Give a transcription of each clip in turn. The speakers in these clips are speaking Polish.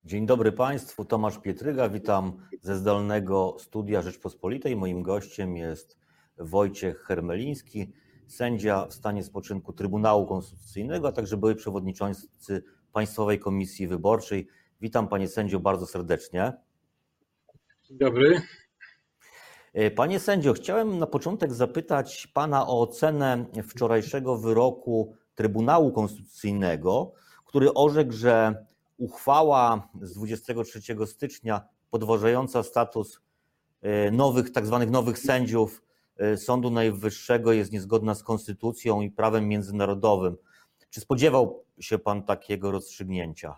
Dzień dobry Państwu, Tomasz Pietryga, witam ze zdalnego studia Rzeczpospolitej. Moim gościem jest Wojciech Hermeliński, sędzia w stanie spoczynku Trybunału Konstytucyjnego, a także były przewodniczący Państwowej Komisji Wyborczej. Witam Panie sędzio bardzo serdecznie. Dzień dobry. Panie sędzio, chciałem na początek zapytać Pana o ocenę wczorajszego wyroku Trybunału Konstytucyjnego, który orzekł, że uchwała z 23 stycznia podważająca status tak zwanych nowych sędziów Sądu Najwyższego jest niezgodna z konstytucją i prawem międzynarodowym. Czy spodziewał się Pan takiego rozstrzygnięcia?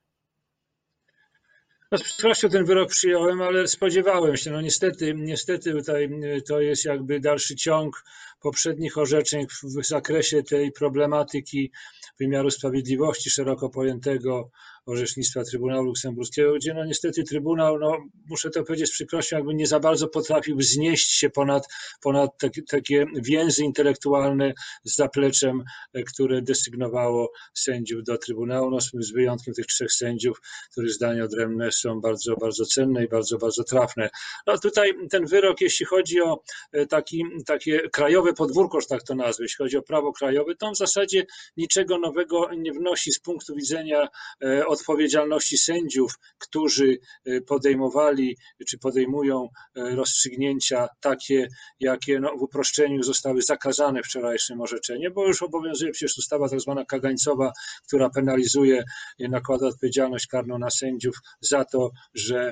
No, z przykrością ten wyrok przyjąłem, ale spodziewałem się. No niestety tutaj to jest jakby dalszy ciąg poprzednich orzeczeń w zakresie tej problematyki wymiaru sprawiedliwości szeroko pojętego, orzecznictwa Trybunału Luksemburskiego, gdzie no niestety Trybunał, muszę to powiedzieć z przykrością, jakby nie za bardzo potrafił wznieść się ponad takie więzy intelektualne z zapleczem, które desygnowało sędziów do Trybunału, no z wyjątkiem tych 3 sędziów, których zdania odrębne są bardzo, bardzo cenne i bardzo, bardzo trafne. No tutaj ten wyrok, jeśli chodzi o takie krajowe podwórko, że tak to nazwę, jeśli chodzi o prawo krajowe, to on w zasadzie niczego nowego nie wnosi z punktu widzenia odpowiedzialności sędziów, którzy podejmowali czy podejmują rozstrzygnięcia takie, jakie w uproszczeniu zostały zakazane wczorajszym orzeczeniem, bo już obowiązuje przecież ustawa tak zwana kagańcowa, która penalizuje, nakłada odpowiedzialność karną na sędziów za to, że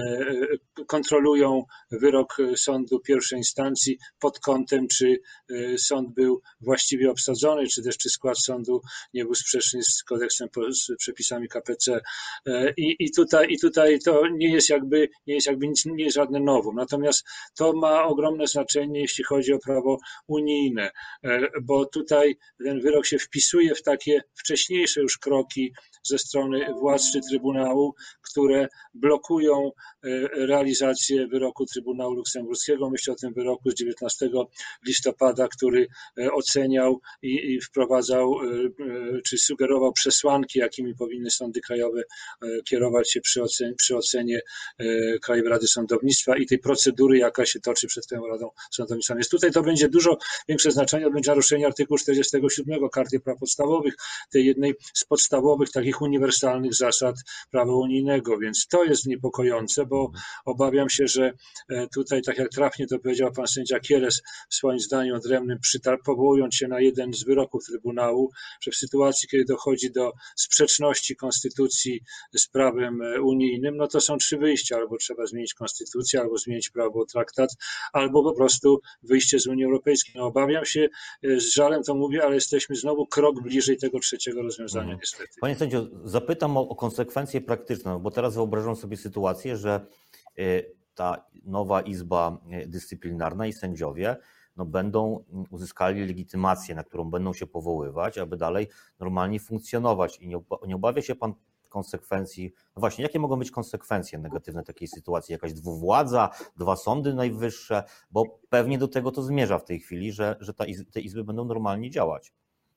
kontrolują wyrok sądu pierwszej instancji pod kątem, czy sąd był właściwie obsadzony, czy też czy skład sądu nie był sprzeczny z kodeksem, z przepisami KPC. I tutaj to nie jest jakby nic, nie jest żadne novum. Natomiast to ma ogromne znaczenie, jeśli chodzi o prawo unijne, bo tutaj ten wyrok się wpisuje w takie wcześniejsze już kroki ze strony władz czy Trybunału, które blokują realizację wyroku Trybunału Luksemburskiego. Myślę o tym wyroku z 19 listopada, który oceniał i wprowadzał, czy sugerował przesłanki, jakimi powinny sądy krajowe kierować się przy ocenie Krajowej Rady Sądownictwa i tej procedury, jaka się toczy przed Krajową Radą Sądownictwa. Więc tutaj to będzie dużo większe znaczenie, będzie naruszenie artykułu 47 Karty Praw Podstawowych, tej jednej z podstawowych, takich uniwersalnych zasad prawa unijnego, więc to jest niepokojące, bo obawiam się, że tutaj, tak jak trafnie to powiedział pan sędzia Kieres w swoim zdaniu odrębnym, powołując się na jeden z wyroków Trybunału, że w sytuacji, kiedy dochodzi do sprzeczności konstytucji z prawem unijnym, no to są 3 wyjścia: albo trzeba zmienić konstytucję, albo zmienić prawo, traktat, albo po prostu wyjście z Unii Europejskiej. No, obawiam się, z żalem to mówię, ale jesteśmy znowu krok bliżej tego 3. rozwiązania niestety. Panie sędzio, zapytam o konsekwencje praktyczne, bo teraz wyobrażam sobie sytuację, że ta nowa Izba Dyscyplinarna i sędziowie uzyskali legitymację, na którą będą się powoływać, aby dalej normalnie funkcjonować. I nie obawia się pan konsekwencji? No właśnie, jakie mogą być konsekwencje negatywne takiej sytuacji? Jakaś dwuwładza, 2 sądy najwyższe? Bo pewnie do tego to zmierza w tej chwili, że te izby będą normalnie działać.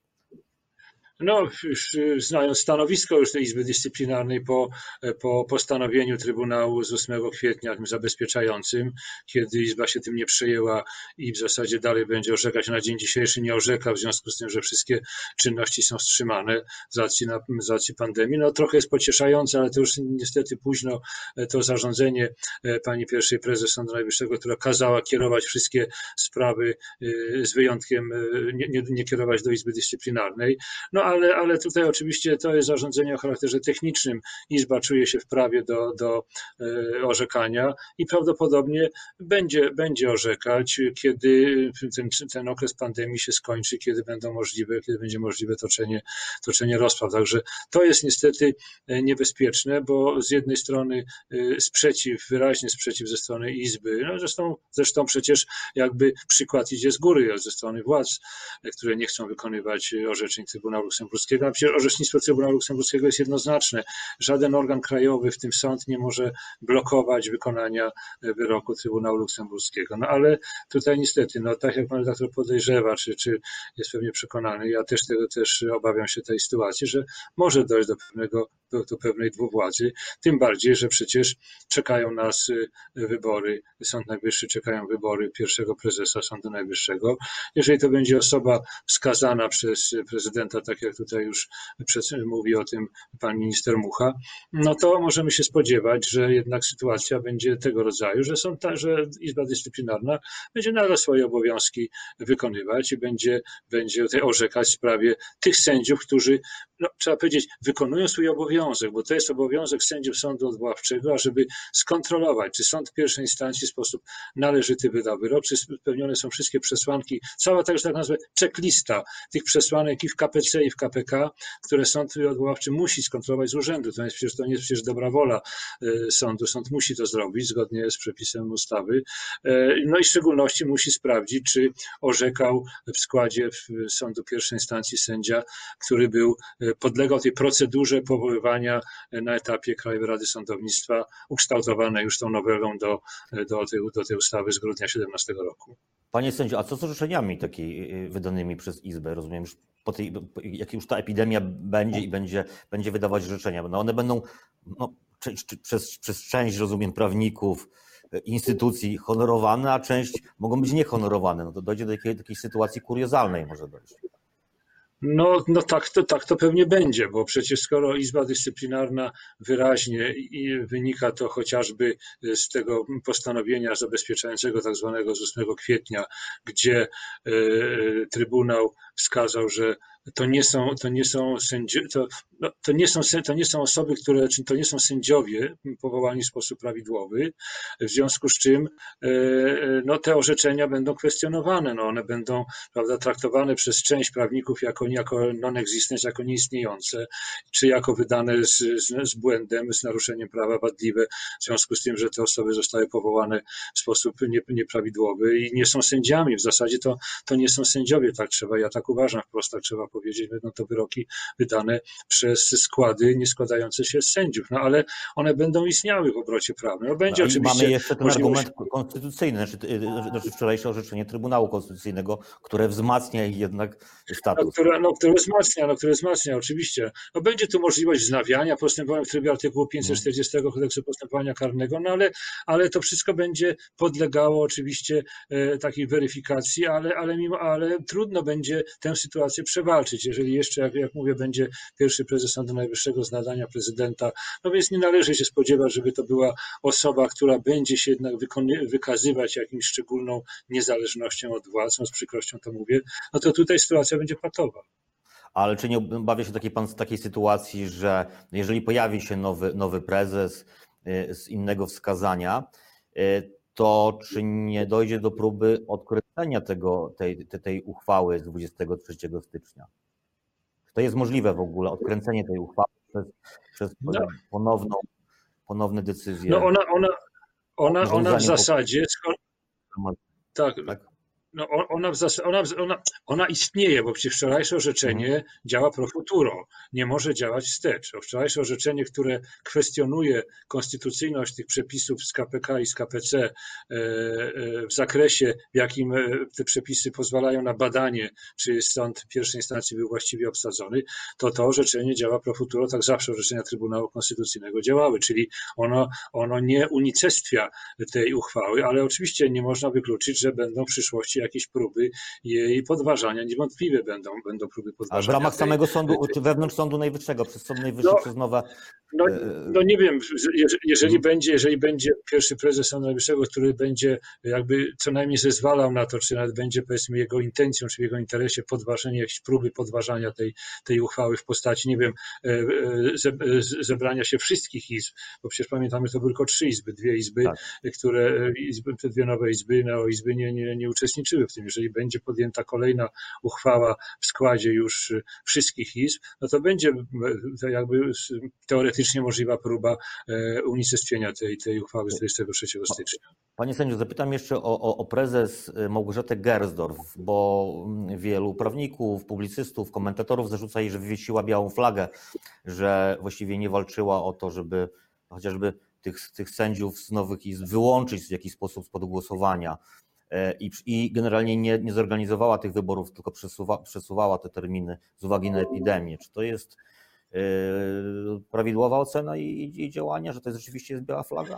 No, już znając stanowisko już tej Izby Dyscyplinarnej po postanowieniu Trybunału z 8 kwietnia, tym zabezpieczającym, kiedy Izba się tym nie przejęła i w zasadzie dalej będzie orzekać, na dzień dzisiejszy nie orzeka, w związku z tym, że wszystkie czynności są wstrzymane z racji pandemii. No trochę jest pocieszające, ale to już niestety późno to zarządzenie pani pierwszej prezes Sądu Najwyższego, która kazała kierować wszystkie sprawy z wyjątkiem nie kierować do Izby Dyscyplinarnej. No ale tutaj oczywiście to jest zarządzenie o charakterze technicznym. Izba czuje się w prawie do orzekania i prawdopodobnie będzie orzekać, kiedy ten okres pandemii się skończy, kiedy będzie możliwe toczenie rozpraw. Także to jest niestety niebezpieczne, bo z jednej strony wyraźny sprzeciw ze strony Izby, no zresztą przecież jakby przykład idzie z góry, ze strony władz, które nie chcą wykonywać orzeczeń Trybunału Luksemburskiego, a przecież orzecznictwo Trybunału Luksemburskiego jest jednoznaczne. Żaden organ krajowy, w tym sąd, nie może blokować wykonania wyroku Trybunału Luksemburskiego. No ale tutaj niestety, no tak jak pan redaktor podejrzewa, czy jest pewnie przekonany, ja też obawiam się tej sytuacji, że może dojść do pewnej dwuwładzy, tym bardziej, że przecież czekają nas wybory, Sąd Najwyższy czekają wybory pierwszego prezesa Sądu Najwyższego. Jeżeli to będzie osoba wskazana przez prezydenta, tak jak tutaj już mówi o tym pan minister Mucha, no to możemy się spodziewać, że jednak sytuacja będzie tego rodzaju, że Izba Dyscyplinarna będzie nadal swoje obowiązki wykonywać i będzie tutaj orzekać w sprawie tych sędziów, którzy, no, trzeba powiedzieć, wykonują swój obowiązek, bo to jest obowiązek sędziów sądu odwoławczego, ażeby skontrolować, czy sąd pierwszej instancji w sposób należyty wydał wyrok, czy spełnione są wszystkie przesłanki, cała tak nazwę checklista tych przesłanek i w KPC, i w KPK, które sąd odwoławczy musi skontrolować z urzędu. To nie jest przecież dobra wola sądu. Sąd musi to zrobić zgodnie z przepisem ustawy. No i w szczególności musi sprawdzić, czy orzekał w składzie sądu pierwszej instancji sędzia, który podlegał tej procedurze powoływania na etapie Krajowej Rady Sądownictwa, ukształtowanej już tą nowelą do tej ustawy z grudnia 2017 roku. Panie sędzio, a co z orzeczeniami takimi wydanymi przez Izbę? Rozumiem, już jak już ta epidemia będzie i będzie wydawać orzeczenia, no one będą przez część, rozumiem, prawników, instytucji honorowane, a część mogą być niehonorowane. No to dojdzie do takiej sytuacji kuriozalnej może dojść. No tak to pewnie będzie, bo przecież skoro Izba Dyscyplinarna wyraźnie i wynika to chociażby z tego postanowienia zabezpieczającego tak zwanego z 8 kwietnia, gdzie Trybunał wskazał, że to nie są osoby, to nie są sędziowie powołani w sposób prawidłowy, w związku z czym no, te orzeczenia będą kwestionowane, no, one będą, prawda, traktowane przez część prawników jako non-existence, jako nieistniejące, czy jako wydane z błędem, z naruszeniem prawa, wadliwe, w związku z tym, że te osoby zostały powołane w sposób nieprawidłowy i nie są sędziami. W zasadzie to nie są sędziowie, ja tak uważam, wprost tak trzeba powiedzieć, będą to wyroki wydane przez składy nie składające się z sędziów, no ale one będą istniały w obrocie prawnym. No, będzie oczywiście mamy jeszcze ten argument konstytucyjny, znaczy wczorajsze orzeczenie Trybunału Konstytucyjnego, które wzmacnia ich jednak status. Które wzmacnia, oczywiście. No, będzie tu możliwość wznawiania postępowań w trybie artykułu 540 Kodeksu Postępowania Karnego, no ale to wszystko będzie podlegało oczywiście takiej weryfikacji, ale trudno będzie tę sytuację przewalczyć, jeżeli jeszcze, jak mówię, będzie pierwszy prezes Sądu Najwyższego z nadania prezydenta, no więc nie należy się spodziewać, żeby to była osoba, która będzie się jednak wykazywać jakimś szczególną niezależnością od władz, no z przykrością to mówię, no to tutaj sytuacja będzie patowa. Ale czy nie obawia się pan z takiej sytuacji, że jeżeli pojawi się nowy prezes z innego wskazania, to czy nie dojdzie do próby odkręcenia tej uchwały z 23 stycznia? To jest możliwe w ogóle, odkręcenie tej uchwały przez ponowne decyzje? No ona w zasadzie... Tak. No ona istnieje, bo przecież wczorajsze orzeczenie działa pro futuro, nie może działać wstecz. Wczorajsze orzeczenie, które kwestionuje konstytucyjność tych przepisów z KPK i z KPC w zakresie, w jakim te przepisy pozwalają na badanie, czy sąd pierwszej instancji był właściwie obsadzony, to orzeczenie działa pro futuro, tak zawsze orzeczenia Trybunału Konstytucyjnego działały, czyli ono nie unicestwia tej uchwały, ale oczywiście nie można wykluczyć, że będą w przyszłości jakieś próby jej podważania, niewątpliwie będą próby podważania. A w ramach samego sądu, czy wewnątrz Sądu Najwyższego, przez Sąd Najwyższy, przez nowe... No nie wiem, jeżeli będzie pierwszy prezes Sądu Najwyższego, który będzie jakby co najmniej zezwalał na to, czy nawet będzie, powiedzmy, jego intencją, czy w jego interesie podważenie, jakieś próby podważania tej uchwały w postaci, nie wiem, zebrania się wszystkich izb, bo przecież pamiętamy, że to były tylko 3 izby, 2 izby, tak, te 2 nowe izby, izby nie uczestniczyły uczestniczyły w tym. Jeżeli będzie podjęta kolejna uchwała w składzie już wszystkich izb, no to będzie to jakby teoretycznie możliwa próba unicestwienia tej uchwały z 23 stycznia. Panie sędzio, zapytam jeszcze o prezes Małgorzatę Gersdorf, bo wielu prawników, publicystów, komentatorów zarzuca jej, że wywiesiła białą flagę, że właściwie nie walczyła o to, żeby chociażby tych sędziów z nowych izb wyłączyć w jakiś sposób spod głosowania i generalnie nie zorganizowała tych wyborów, tylko przesuwała te terminy z uwagi na epidemię. Czy to jest prawidłowa ocena jej działania, że to rzeczywiście jest biała flaga?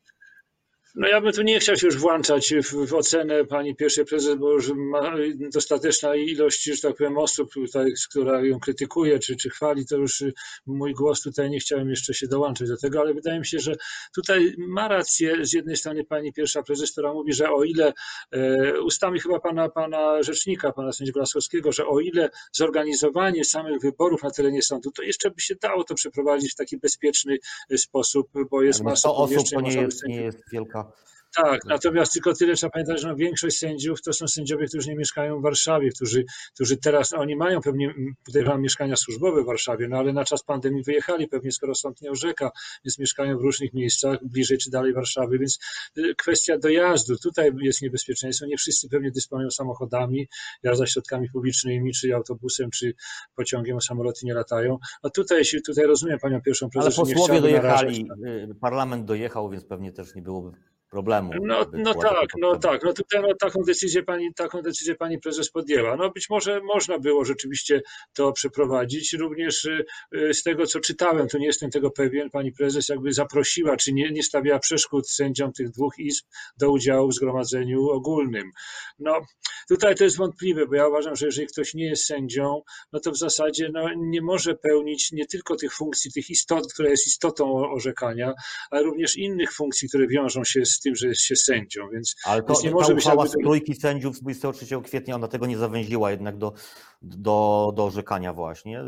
No ja bym tu nie chciał się już włączać w ocenę pani pierwszej prezes, bo już ma dostateczna ilość, że tak powiem, osób tutaj, która ją krytykuje czy chwali, to już mój głos tutaj nie chciałem jeszcze się dołączyć do tego, ale wydaje mi się, że tutaj ma rację z jednej strony pani pierwsza prezes, która mówi, że o ile ustami chyba pana rzecznika, pana sędziego Lasłowskiego, że o ile zorganizowanie samych wyborów na terenie sądu, to jeszcze by się dało to przeprowadzić w taki bezpieczny sposób, bo jest masa pomieszczeń. To nie jest wielka. Tak, natomiast tylko tyle trzeba pamiętać, że większość sędziów to są sędziowie, którzy nie mieszkają w Warszawie, którzy teraz, oni mają pewnie, podejrzewam, mieszkania służbowe w Warszawie, no ale na czas pandemii wyjechali pewnie, skoro sąd nie orzeka, więc mieszkają w różnych miejscach, bliżej czy dalej Warszawy, więc kwestia dojazdu, tutaj jest niebezpieczeństwo, nie wszyscy pewnie dysponują samochodami, jazda środkami publicznymi, czy autobusem, czy pociągiem, samoloty nie latają. No tutaj rozumiem panią pierwszą prezes, ale posłowie dojechali, parlament dojechał, więc pewnie też nie byłoby problemu. No tak. No tutaj taką decyzję pani prezes podjęła. No być może można było rzeczywiście to przeprowadzić. Również z tego, co czytałem, to nie jestem tego pewien, pani prezes jakby zaprosiła, czy nie stawiała przeszkód sędziom tych dwóch izb do udziału w zgromadzeniu ogólnym. No tutaj to jest wątpliwe, bo ja uważam, że jeżeli ktoś nie jest sędzią, no to w zasadzie nie może pełnić nie tylko tych funkcji, tych istot, która jest istotą orzekania, ale również innych funkcji, które wiążą się z tym, że jest się sędzią, więc ale to nie może być uchwała z trójki sędziów z 23 kwietnia, ona tego nie zawęziła jednak do orzekania właśnie,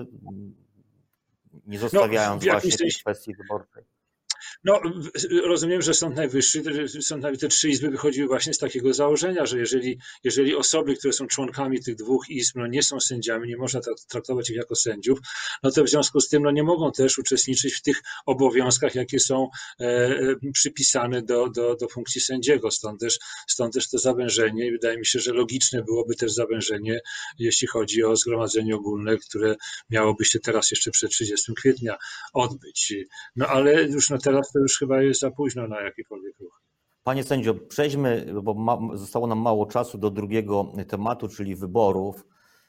nie zostawiając właśnie tej kwestii wyborczej. No, rozumiem, że Sąd Najwyższy, te trzy izby wychodziły właśnie z takiego założenia, że jeżeli osoby, które są członkami tych dwóch izb, nie są sędziami, nie można traktować ich jako sędziów, no to w związku z tym nie mogą też uczestniczyć w tych obowiązkach, jakie są przypisane do funkcji sędziego. Stąd też to zawężenie i wydaje mi się, że logiczne byłoby też zawężenie, jeśli chodzi o zgromadzenie ogólne, które miałoby się teraz jeszcze przed 30 kwietnia odbyć. No ale już teraz to już chyba jest za późno na jakikolwiek ruch. Panie sędzio, przejdźmy, bo zostało nam mało czasu, do drugiego tematu, czyli wyborów.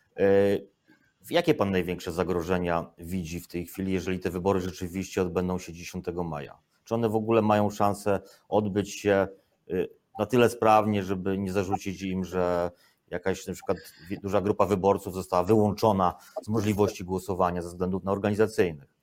Jakie pan największe zagrożenia widzi w tej chwili, jeżeli te wybory rzeczywiście odbędą się 10 maja? Czy one w ogóle mają szansę odbyć się na tyle sprawnie, żeby nie zarzucić im, że jakaś na przykład duża grupa wyborców została wyłączona z możliwości głosowania ze względów organizacyjnych?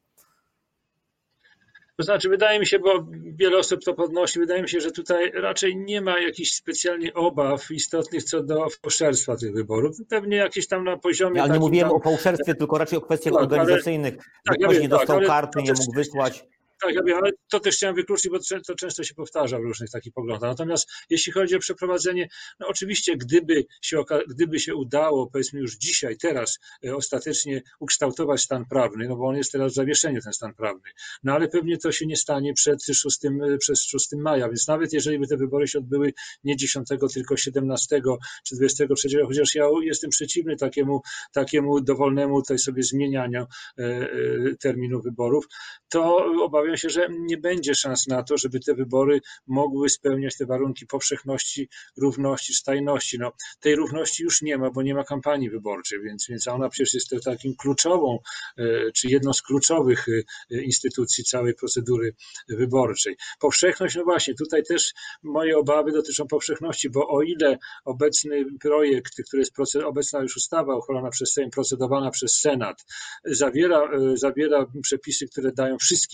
To znaczy, wydaje mi się, bo wiele osób to podnosi, wydaje mi się, że tutaj raczej nie ma jakichś specjalnie obaw istotnych co do fałszerstwa tych wyborów. Pewnie jakieś tam na poziomie... Ale nie mówiłem o fałszerstwie, tylko raczej o kwestiach organizacyjnych. Ktoś nie dostał karty, nie mógł wysłać. Tak, ja wiem, ale to też chciałem wykluczyć, bo to często się powtarza w różnych takich poglądach. Natomiast jeśli chodzi o przeprowadzenie, no oczywiście gdyby się udało, powiedzmy już dzisiaj, teraz ostatecznie ukształtować stan prawny, no bo on jest teraz w zawieszeniu, ten stan prawny, no ale pewnie to się nie stanie przed 6 maja, więc nawet jeżeli by te wybory się odbyły nie 10, tylko 17 czy 23, chociaż ja jestem przeciwny takiemu dowolnemu tutaj sobie zmienianiu terminu wyborów, to obawiam się, że nie będzie szans na to, żeby te wybory mogły spełniać te warunki powszechności, równości, stajności. No, tej równości już nie ma, bo nie ma kampanii wyborczej, więc ona przecież jest takim kluczową, czy jedną z kluczowych instytucji całej procedury wyborczej. Powszechność, no właśnie, tutaj też moje obawy dotyczą powszechności, bo o ile obecny projekt, który jest obecna już ustawa uchwalona przez Sejm, procedowana przez Senat, zawiera przepisy, które dają wszystkim możliwość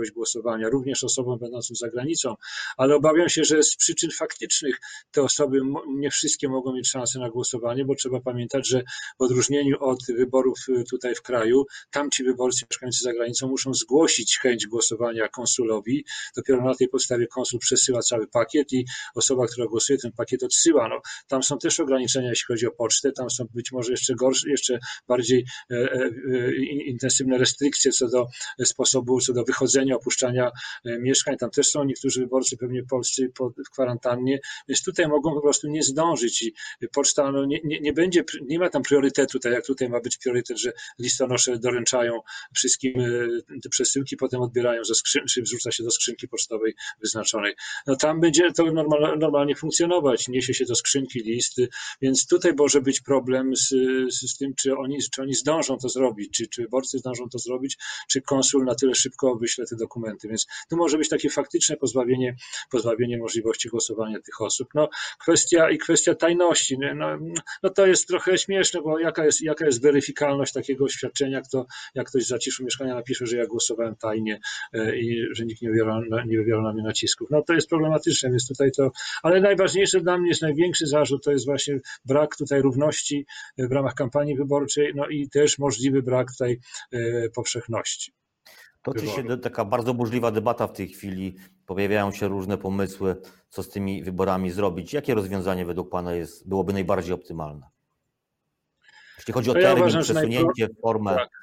możliwość głosowania, również osobom będącym za granicą, ale obawiam się, że z przyczyn faktycznych te osoby nie wszystkie mogą mieć szansę na głosowanie, bo trzeba pamiętać, że w odróżnieniu od wyborów tutaj w kraju, tamci wyborcy mieszkający za granicą muszą zgłosić chęć głosowania konsulowi. Dopiero na tej podstawie konsul przesyła cały pakiet i osoba, która głosuje, ten pakiet odsyła. No, tam są też ograniczenia, jeśli chodzi o pocztę, tam są być może jeszcze gorsze, jeszcze bardziej intensywne restrykcje co do sposobu, co do wychodzenia, opuszczania mieszkań. Tam też są niektórzy wyborcy, pewnie polscy w kwarantannie, więc tutaj mogą po prostu nie zdążyć i poczta nie ma tam priorytetu, tak jak tutaj ma być priorytet, że listonosze doręczają wszystkim te przesyłki, potem odbierają czy wrzuca się do skrzynki pocztowej wyznaczonej. No tam będzie to normalnie funkcjonować, niesie się do skrzynki list, więc tutaj może być problem z tym, czy oni zdążą to zrobić, czy wyborcy zdążą to zrobić, czy konsul na tyle szybko wyśle te dokumenty, więc tu może być takie faktyczne pozbawienie możliwości głosowania tych osób. No, kwestia tajności, no to jest trochę śmieszne, bo jaka jest weryfikalność takiego oświadczenia, jak ktoś w zaciszu mieszkania napisze, że ja głosowałem tajnie i że nikt nie wywierał na mnie nacisków. No to jest problematyczne, więc tutaj ale najważniejsze dla mnie jest największy zarzut, to jest właśnie brak tutaj równości w ramach kampanii wyborczej, no i też możliwy brak tutaj powszechności. Toczy się taka bardzo burzliwa debata w tej chwili, pojawiają się różne pomysły, co z tymi wyborami zrobić. Jakie rozwiązanie według Pana byłoby najbardziej optymalne? Jeśli chodzi o termin, przesunięcie, formę. Tak.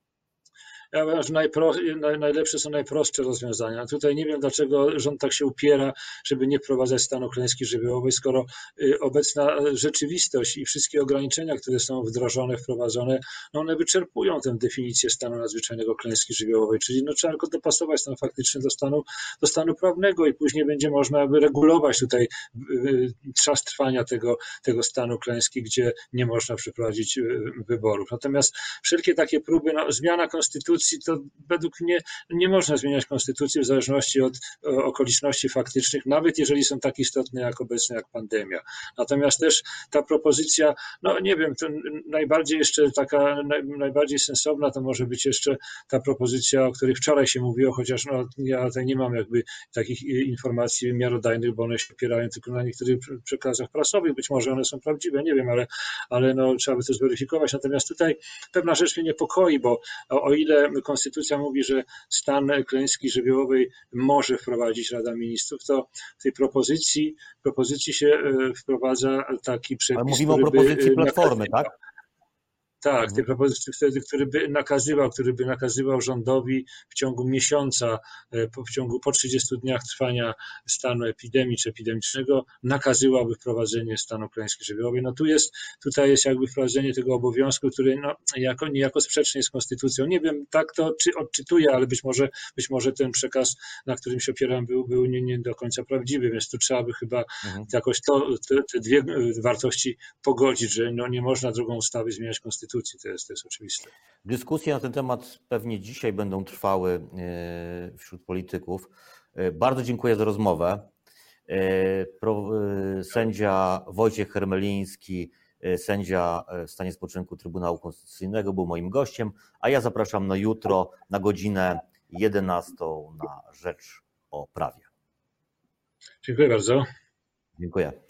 Ja uważam, że najlepsze są najprostsze rozwiązania. Tutaj nie wiem, dlaczego rząd tak się upiera, żeby nie wprowadzać stanu klęski żywiołowej, skoro obecna rzeczywistość i wszystkie ograniczenia, które są wdrożone, wprowadzone, no one wyczerpują tę definicję stanu nadzwyczajnego klęski żywiołowej, czyli trzeba tylko dopasować stan faktyczny do stanu prawnego i później będzie można regulować tutaj czas trwania tego stanu klęski, gdzie nie można przeprowadzić wyborów. Natomiast wszelkie takie próby, zmiana konstytucji, to według mnie nie można zmieniać konstytucji w zależności od okoliczności faktycznych, nawet jeżeli są tak istotne jak obecne, jak pandemia. Natomiast też ta propozycja, nie wiem, to najbardziej sensowna to może być jeszcze ta propozycja, o której wczoraj się mówiło, chociaż ja tutaj nie mam jakby takich informacji miarodajnych, bo one się opierają tylko na niektórych przekazach prasowych, być może one są prawdziwe, nie wiem, ale trzeba by to zweryfikować. Natomiast tutaj pewna rzecz mnie niepokoi, bo o ile konstytucja mówi, że stan klęski żywiołowej może wprowadzić Rada Ministrów, to w tej propozycji się wprowadza taki przepis, ale mówimy o propozycji Platformy, tak? Tak, tej propozycji wtedy, który by nakazywał rządowi w ciągu miesiąca, po 30 dniach trwania stanu epidemii czy epidemicznego, nakazywałaby wprowadzenie stanu klęski żywiołowej. Tutaj jest jakby wprowadzenie tego obowiązku, który niejako sprzeczny jest z konstytucją. Nie wiem, tak to odczytuję, ale być może ten przekaz, na którym się opieram, był nie do końca prawdziwy, więc tu trzeba by chyba jakoś te dwie wartości pogodzić, że nie można drugą ustawy zmieniać konstytucji. To jest oczywiste. Dyskusje na ten temat pewnie dzisiaj będą trwały wśród polityków. Bardzo dziękuję za rozmowę. Sędzia Wojciech Hermeliński, sędzia w stanie spoczynku Trybunału Konstytucyjnego, był moim gościem, a ja zapraszam na jutro na godzinę 11 na Rzecz o Prawie. Dziękuję bardzo. Dziękuję.